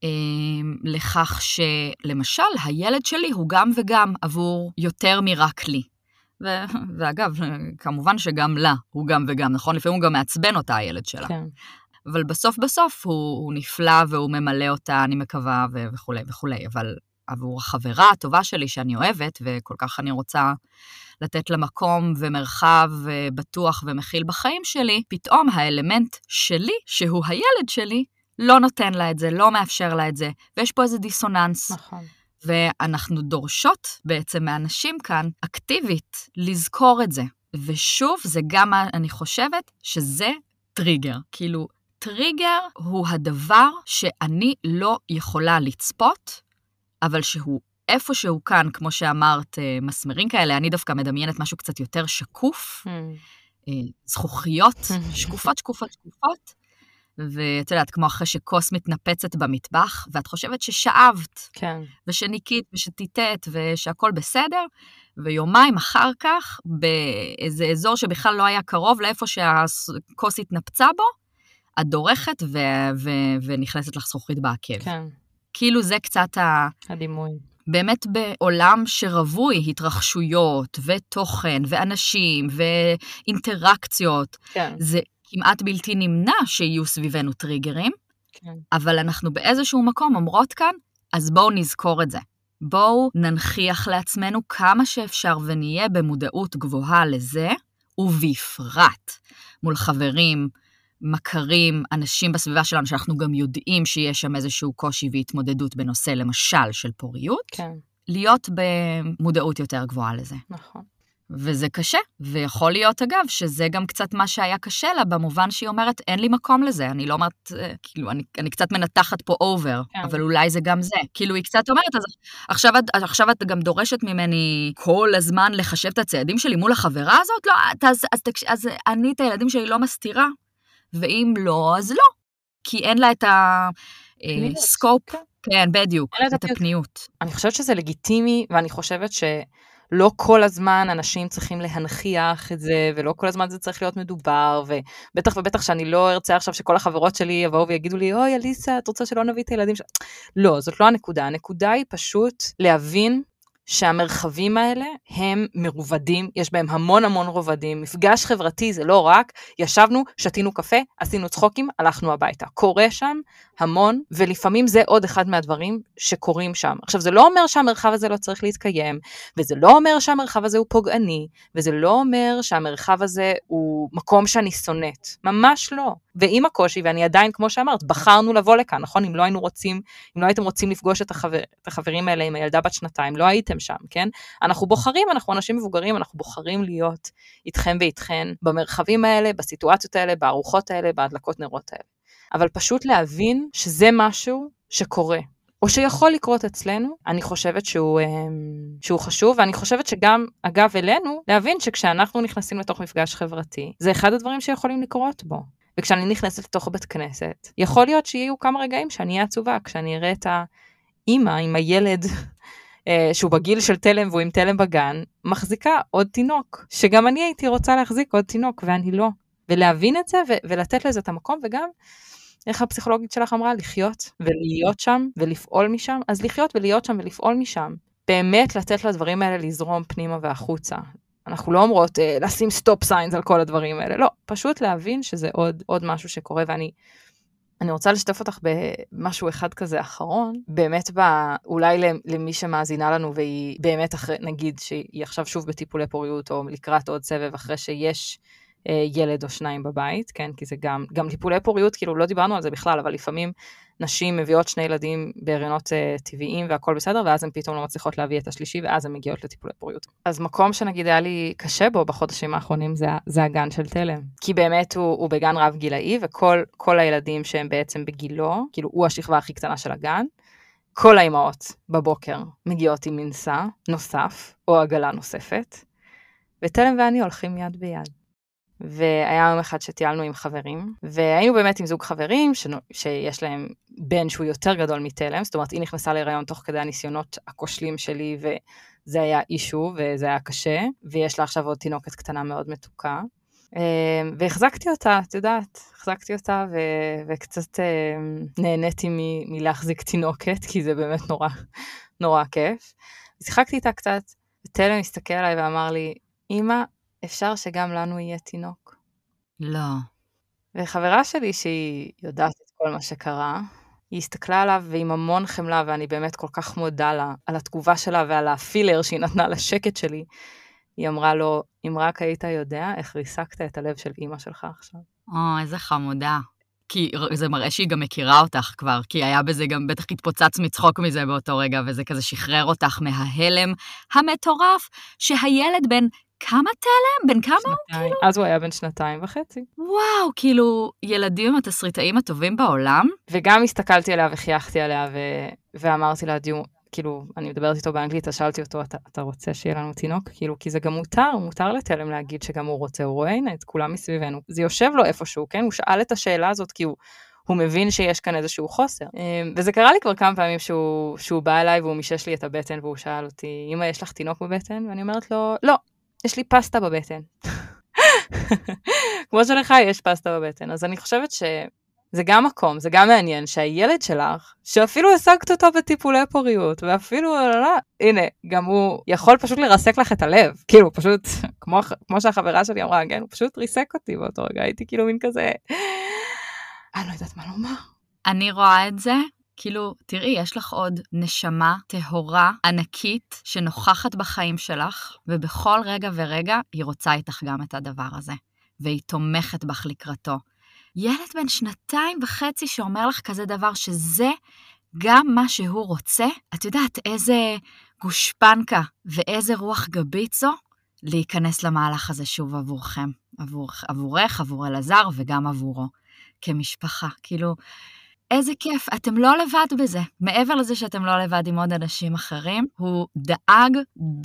לכך שלמשל, הילד שלי הוא גם וגם עבור יותר מרק לי. ואגב, כמובן שגם לה הוא גם וגם, נכון? לפעמים הוא גם מעצבן אותה הילד שלה. כן. אבל בסוף הוא נפלא והוא ממלא אותה, אני מקווה וכו' וכו'. אבל עבור החברה הטובה שלי שאני אוהבת, וכל כך אני רוצה לתת לה מקום ומרחב בטוח ומכיל בחיים שלי, פתאום האלמנט שלי, שהוא הילד שלי, לא נותן לה את זה, לא מאפשר לה את זה, ויש פה איזה דיסוננס. נכון. ואנחנו דורשות בעצם מאנשים כאן אקטיבית לזכור את זה. ושוב, זה גם, אני חושבת, שזה טריגר. כאילו, טריגר הוא הדבר שאני לא יכולה לצפות, אבל שהוא איפשהו כאן, כמו שאמרת, מסמרים כאלה, אני דווקא מדמיינת משהו קצת יותר שקוף, זכוכיות, שקופות, שקופות, שקופות, ואת יודעת, כמו אחרי שכוס מתנפצת במטבח, ואת חושבת ששאבת, כן. ושניקית, ושתיתת, ושהכל בסדר, ויומיים אחר כך, באיזה אזור שבכלל לא היה קרוב, לאיפה שהכוס התנפצה בו, את דורכת ונכנסת לך זכוכית בעקב. כן. כאילו זה קצת הדימוי. באמת בעולם שרווי התרחשויות ותוכן ואנשים ואינטראקציות, כן. זה כמעט בלתי נמנע שיהיו סביבנו טריגרים, כן. אבל אנחנו באיזשהו מקום אומרות כאן, אז בואו נזכור את זה. בואו ננחיח לעצמנו כמה שאפשר ונהיה במודעות גבוהה לזה, ובפרט מול חברים, מכרים, אנשים בסביבה שלנו, שאנחנו גם יודעים שיש שם איזשהו קושי והתמודדות בנושא, למשל, של פוריות, כן. להיות במודעות יותר גבוהה לזה. נכון. וזה קשה, ויכול להיות אגב, שזה גם קצת מה שהיה קשה לה, במובן שהיא אומרת, אין לי מקום לזה, אני לא אומרת, כאילו, אני קצת מנתחת פה אובר, כן. אבל אולי זה גם זה. כאילו, היא קצת אומרת, אז עכשיו את גם דורשת ממני כל הזמן לחשב את הצעדים שלי מול החברה הזאת? לא, אז אני את הילדים שלי לא מסתירה, ואם לא, אז לא. כי אין לה את הסקופ, כן, בדיוק, את הפניות. אני חושבת שזה לגיטימי, ואני חושבת שלא כל הזמן אנשים צריכים להנחיח את זה, ולא כל הזמן זה צריך להיות מדובר, ובטח ובטח שאני לא ארצה עכשיו שכל החברות שלי יבואו ויגידו לי, אוי, אליסה, את רוצה שלא נביא את הילדים שלה? לא, זאת לא הנקודה. הנקודה היא פשוט להבין שהמרחבים האלה הם מרובדים, יש בהם המון המון רובדים, מפגש חברתי זה לא רק, ישבנו, שתינו קפה, עשינו צחוקים, הלכנו הביתה. קורה שם המון, ולפעמים זה עוד אחד מהדברים שקורים שם. עכשיו, זה לא אומר שהמרחב הזה לא צריך להתקיים, וזה לא אומר שהמרחב הזה הוא פוגעני, וזה לא אומר שהמרחב הזה הוא מקום שאני שונאת. ממש לא. ועם הקושי, ואני עדיין, כמו שאמרת, בחרנו לבוא לכאן, נכון? אם לא הייתם רוצים לפגוש את החברים האלה עם הילדה בת שנתיים, לא הייתם שם, כן? אנחנו בוחרים, אנחנו אנשים מבוגרים, אנחנו בוחרים להיות איתכם ואיתכן במרחבים האלה, בסיטואציות האלה, בארוחות האלה, בהדלקות נרות האלה. אבל פשוט להבין שזה משהו שקורה, או שיכול לקרות אצלנו, אני חושבת שהוא חשוב, ואני חושבת שגם, אגב, אלינו, להבין שכשאנחנו נכנסים לתוך מפגש חברתי, זה אחד הדברים שיכולים לקרות בו. וכשאני נכנסת לתוך בית כנסת, יכול להיות שיהיו כמה רגעים שאני אהיה עצובה, כשאני אראה את האמא עם הילד שהוא בגיל של תלם והוא עם תלם בגן, מחזיקה עוד תינוק, שגם אני הייתי רוצה להחזיק עוד תינוק, ואני לא. ולהבין את זה ולתת לזה את המקום, וגם, איך הפסיכולוגית שלך אמרה, לחיות ולהיות שם ולפעול משם, אז לחיות ולהיות שם ולפעול משם. באמת לתת לדברים האלה לזרום פנימה והחוצה. אנחנו לא אומרות לשים סטופ סיינס על כל הדברים האלה, לא, פשוט להבין שזה עוד משהו שקורה, ואני רוצה לשתף אותך במשהו אחד כזה אחרון, באמת אולי למי שמאזינה לנו, והיא באמת אחרי, נגיד שהיא עכשיו שוב בטיפולי פוריות, או לקראת עוד סבב אחרי שיש ילד או שניים בבית, כן, כי זה גם טיפולי פוריות, כאילו לא דיברנו על זה בכלל, אבל לפעמים נשים מביאות שני ילדים בהריונות טבעיים והכל בסדר, ואז הן פתאום לא מצליחות להביא את השלישי, ואז הן מגיעות לטיפולי פוריות. אז מקום שנגיד היה לי קשה בו בחודשים האחרונים, זה הגן של תלם. כי באמת הוא בגן רב גילאי, וכל הילדים שהם בעצם בגילו, כאילו הוא השכבה הכי קטנה של הגן, כל האימהות בבוקר מגיעות עם מנסה נוסף, או עגלה נוספת, ותלם ואני הולכים יד ביד. והיה יום אחד שטיילנו עם חברים, והיינו באמת עם זוג חברים שיש להם בן שהוא יותר גדול מתלם, זאת אומרת, היא נכנסה להיריון תוך כדי הניסיונות הכושלים שלי, וזה היה אישו, וזה היה קשה, ויש לה עכשיו עוד תינוקת קטנה מאוד מתוקה, והחזקתי אותה, את יודעת, וקצת נהניתי מלהחזיק תינוקת, כי זה באמת נורא, נורא כיף. שיחקתי איתה קצת, ותלם הסתכל עליי ואמר לי, אמא, אפשר שגם לנו יהיה תינוק? לא. וחברה שלי שהיא יודעת את כל מה שקרה, היא הסתכלה עליו ועם המון חמלה, ואני באמת כל כך מודה לה על התגובה שלה ועל הפילר שהיא נתנה לשקט שלי. היא אמרה לו, אם רק היית יודע איך ריסקת את הלב של אמא שלך עכשיו. איזה חמודה. כי זה מראה שהיא גם מכירה אותך כבר, כי היה בזה גם בטח התפוצץ מצחוק מזה באותו רגע, וזה כזה שחרר אותך מההלם המטורף, שהילד בן כמה תלם? בן כמה הוא כאילו? אז הוא היה בן 2.5. וואו, כאילו ילדים עם התסריטאים הטובים בעולם. וגם הסתכלתי עליה וחייכתי עליה ואמרתי לה, כאילו, אני מדברת איתו באנגלית, אז שאלתי אותו, אתה רוצה שיהיה לנו תינוק? כאילו, כי זה גם מותר לתלם להגיד שגם הוא רוצה, הוא רואה, הנה, את כולם מסביבנו. זה יושב לו איפשהו, כן? הוא שאל את השאלה הזאת, כי הוא מבין שיש כאן איזשהו חוסר. וזה קרה לי כבר כמה פעמים שהוא בא אליי, והוא מישש לי את הבטן, והוא שאל אותי, אמא, יש לך תינוק בבטן? ואני אומרת לו, לא, יש לי פסטה בבטן. כמו שלך יש פסטה בבטן. אז אני חושבת זה גם מקום, זה גם מעניין שהילד שלך, שאפילו השגת אותו בטיפולי פוריות, ואפילו, הנה, גם הוא יכול פשוט לרסק לך את הלב, כאילו, פשוט, כמו שהחברה שלי אמרה, כן, הוא פשוט ריסק אותי באותו רגע, הייתי כאילו מין כזה, אני לא יודעת מה לומר. אני רואה את זה, כאילו, תראי, יש לך עוד נשמה טהורה, ענקית, שנוכחת בחיים שלך, ובכל רגע ורגע היא רוצה איתך גם את הדבר הזה, והיא תומכת בך לקראתו. ילד בן 2.5 שאומר לך כזה דבר שזה גם מה שהוא רוצה, את יודעת איזה גושפנקה ואיזה רוח גבית זו להיכנס למהלך הזה שוב עבורכם, עבורך, עבור אלעזר וגם עבורו כמשפחה. כאילו, איזה כיף, אתם לא לבד בזה. מעבר לזה שאתם לא לבד עם עוד אנשים אחרים, הוא דאג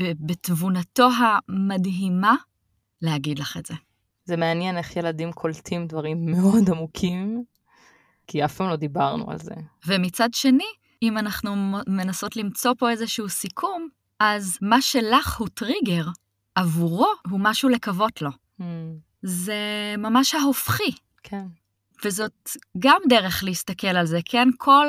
בתבונתו המדהימה להגיד לך את זה. זה מעניין איך ילדים קולטים דברים מאוד עמוקים, כי אף פעם לא דיברנו על זה. ומצד שני, אם אנחנו מנסות למצוא פה איזשהו סיכום, אז מה שלך הוא טריגר, עבורו הוא משהו לקוות לו. זה ממש ההופכי. כן. וזאת גם דרך להסתכל על זה, כן? כל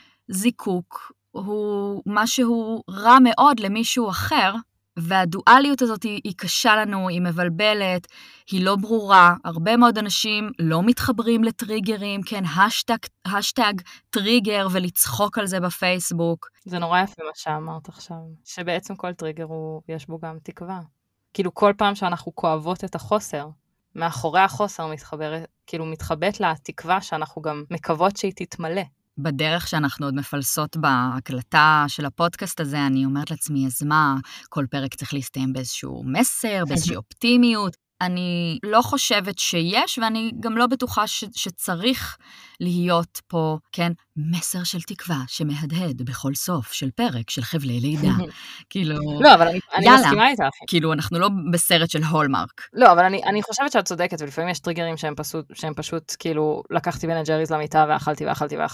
זיקוק הוא משהו רע מאוד למישהו אחר, והדואליות הזאת היא קשה לנו, היא מבלבלת, היא לא ברורה, הרבה מאוד אנשים לא מתחברים לטריגרים, כן, השטג טריגר ולצחוק על זה בפייסבוק. זה נורא יפה מה שאמרת עכשיו, שבעצם כל טריגר יש בו גם תקווה. כאילו כל פעם שאנחנו כואבות את החוסר, מאחורי החוסר מתחבאת לה התקווה שאנחנו גם מקוות שהיא תתמלא. בדרך שאנחנו עוד מפלסות בהקלטה של הפודקאסט הזה, אני אומרת לעצמי, אז מה, כל פרק צריך להסתיים באיזשהו מסר, באיזושהי אופטימיות. אני לא חושבת שיש, ואני גם לא בטוחה שצריך להיות פה, כן, מסר של תקווה שמהדהד בכל סוף של פרק, של חבלי לידה. כאילו, לא, אבל אני מסכימה איתך. כאילו, אנחנו לא בסרט של הולמרק. לא, אבל אני חושבת שאת צודקת, ולפעמים יש טריגרים שהם פשוט, כאילו, לקחתי בן הג'ריז למיטה, ואכלתי,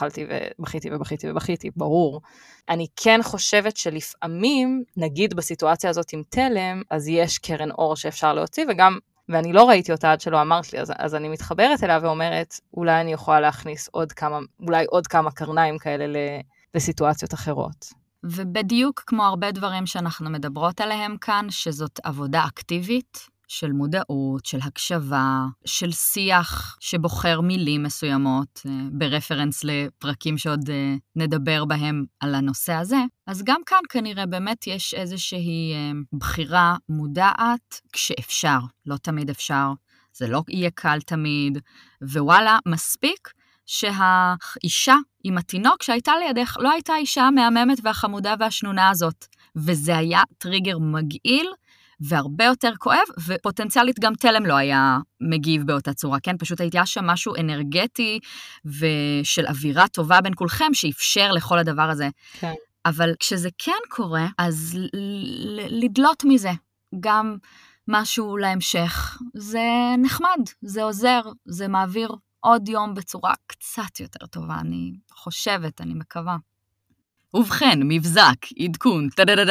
ובכיתי, ברור. אני כן חושבת שלפעמים, נגיד בסיטואציה הזאת עם תלם, אז יש קרן אור שאפשר להוציא, ואני לא ראיתי אותה עד שלא אמרת לי, אז אני מתחברת אליה ואומרת, אולי אני יכולה להכניס עוד כמה קרניים כאלה לסיטואציות אחרות. ובדיוק כמו הרבה דברים שאנחנו מדברות עליהם כאן, שזאת עבודה אקטיבית, של מודעות, של הקשבה, של שיח שבוחר מילים מסוימות, ברפרנס לפרקים שעוד נדבר בהם על הנושא הזה. אז גם כאן כנראה באמת יש איזושהי בחירה מודעת כשאפשר, לא תמיד אפשר, זה לא יהיה קל תמיד, ווואלה, מספיק שהאישה עם התינוק שהייתה לידך לא הייתה אישה המהממת והחמודה והשנונה הזאת, וזה היה טריגר מגעיל, והרבה יותר כואב, ופוטנציאלית גם תלם לא היה מגיב באותה צורה, כן? פשוט הייתה שם משהו אנרגטי, ושל אווירה טובה בין כולכם, שאפשר לכל הדבר הזה. כן. אבל כשזה כן קורה, אז לדלות מזה, גם משהו להמשך, זה נחמד, זה עוזר, זה מעביר עוד יום בצורה קצת יותר טובה, אני חושבת, אני מקווה. ובכן, מבזק, עדכון,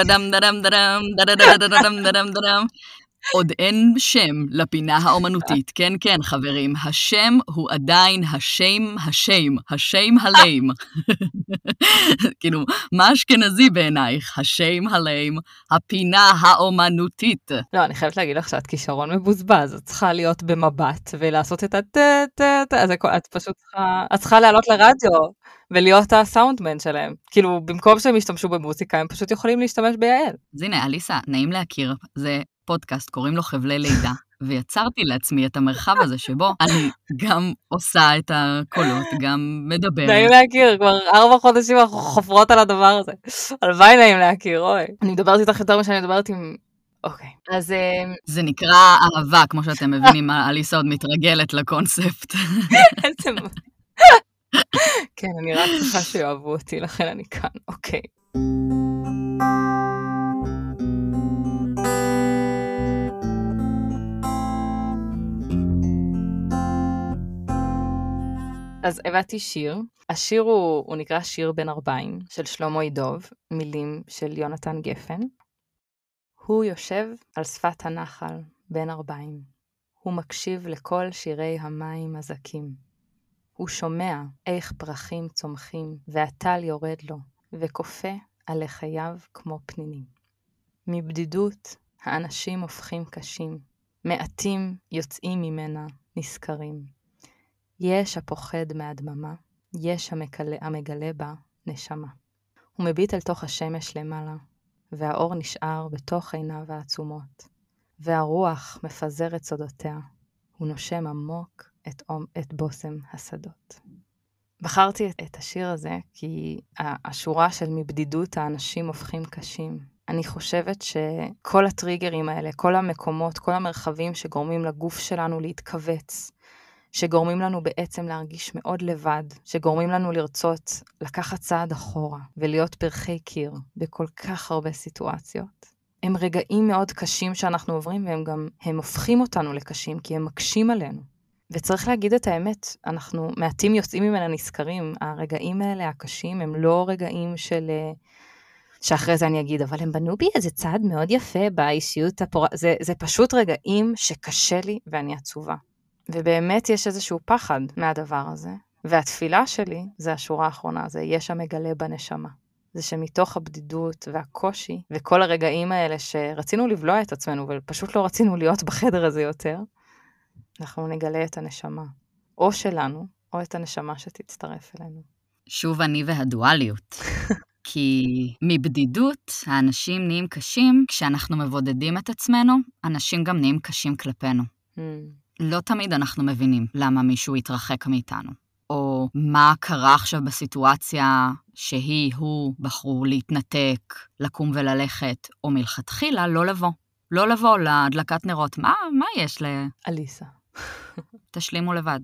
עוד אין שם לפינה האומנותית, כן, כן, חברים, השם הוא עדיין השם הליים. כאילו, מה אשכנזי בעינייך? השם הליים, הפינה האומנותית. לא, אני חייבת להגיד לך שאת כישרון מבוזבז, את צריכה להיות במבט ולעשות את אז את פשוט צריכה לעלות לרדיו. ולהיות הסאונדמן שלהם. כאילו, במקום שהם ישתמשו במוזיקה, הם פשוט יכולים להשתמש ביעל. אז הנה, אליסה, נעים להכיר. זה פודקאסט, קוראים לו חבלי לידה. ויצרתי לעצמי את המרחב הזה שבו אני גם עושה את הקולות, גם מדברת. נעים להכיר, כבר 4 חודשים אנחנו חופרות על הדבר הזה. הלוואי נעים להכיר, אוי. אני מדברת איתך יותר משאני מדברת עם... אוקיי, אז... זה נקרא אהבה, כמו שאתם מבינים, אליסה עוד מתרגלת לקונספט. איזה... כן, אני רק צריכה שיאהבו אותי, לכן אני כאן, אוקיי. אז הבאתי שיר. השיר הוא נקרא שיר בן 40 של שלמה ידוב, מילים של יונתן גפן. הוא יושב על שפת הנחל בן 40. הוא מקשיב לכל שירי המים הזקים. הוא שומע איך פרחים צומחים והטל יורד לו וכופה עלי חייו כמו פנינים. מבדידות האנשים הופכים קשים, מעטים יוצאים ממנה נזכרים. יש הפוחד מהדממה, יש המגלה בה נשמה. הוא מביט אל תוך השמש למעלה, והאור נשאר בתוך עיניו העצומות, והרוח מפזרת סודותיה, הוא נושם עמוק את בוסם השדות. בחרתי את השיר הזה כי השורה של מבדידות האנשים הופכים קשים. אני חושבת שכל הטריגרים האלה, כל המקומות, כל המרחבים שגורמים לגוף שלנו להתכווץ, שגורמים לנו בעצם להרגיש מאוד לבד, שגורמים לנו לרצות לקחת צעד אחורה ולהיות פרחי קיר בכל כך הרבה סיטואציות. הם רגעים מאוד קשים שאנחנו עוברים הם הופכים אותנו לקשים כי הם מקשים עלינו. וצריך להגיד את האמת, אנחנו מעטים יוצאים ממנה נזכרים, הרגעים האלה הקשים הם לא רגעים שאחרי זה אני אגיד, אבל הם בנו בי איזה צעד מאוד יפה באישיות זה פשוט רגעים שקשה לי ואני עצובה. ובאמת יש איזשהו פחד מהדבר הזה, והתפילה שלי זה השורה האחרונה, זה יש המגלה בנשמה. זה שמתוך הבדידות והקושי, וכל הרגעים האלה שרצינו לבלוע את עצמנו, ופשוט לא רצינו להיות בחדר הזה יותר, אנחנו נגלה את הנשמה, או שלנו, או את הנשמה שתצטרף אלינו. שוב אני והדואליות. כי מבדידות האנשים נהיים קשים, כשאנחנו מבודדים את עצמנו, אנשים גם נהיים קשים כלפינו. לא תמיד אנחנו מבינים למה מישהו יתרחק מאיתנו, או מה קרה עכשיו בסיטואציה הוא בחרו להתנתק, לקום וללכת, או מלכתחילה לא לבוא. לא לבוא להדלקת נרות. מה יש אליסה. תשלימו לבד.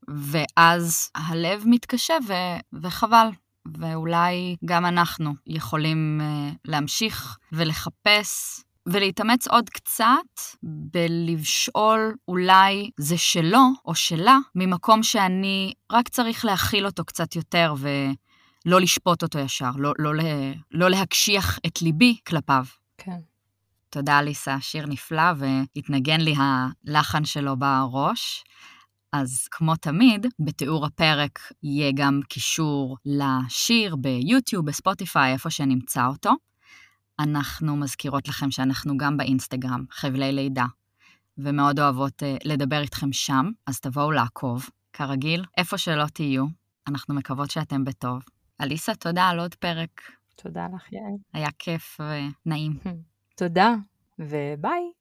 ואז הלב מתקשה וחבל. ואולי גם אנחנו יכולים להמשיך ולחפש ולהתאמץ עוד קצת בלשאול אולי זה שלו או שלה ממקום שאני רק צריך להכיל אותו קצת יותר ולא לשפוט אותו ישר, לא להקשיח את ליבי כלפיו. כן. תודה אליסה, שיר נפלא והתנגן לי הלחן שלו בראש. אז כמו תמיד, בתיאור הפרק יהיה גם קישור לשיר ביוטיוב, בספוטיפיי, איפה שנמצא אותו. אנחנו מזכירות לכם שאנחנו גם באינסטגרם, חבלי לידה, ומאוד אוהבות לדבר איתכם שם, אז תבואו לעקוב. כרגיל, איפה שלא תהיו, אנחנו מקוות שאתם בטוב. אליסה, תודה על עוד פרק. תודה לך, יעל. היה כיף ונעים. תודה, וביי.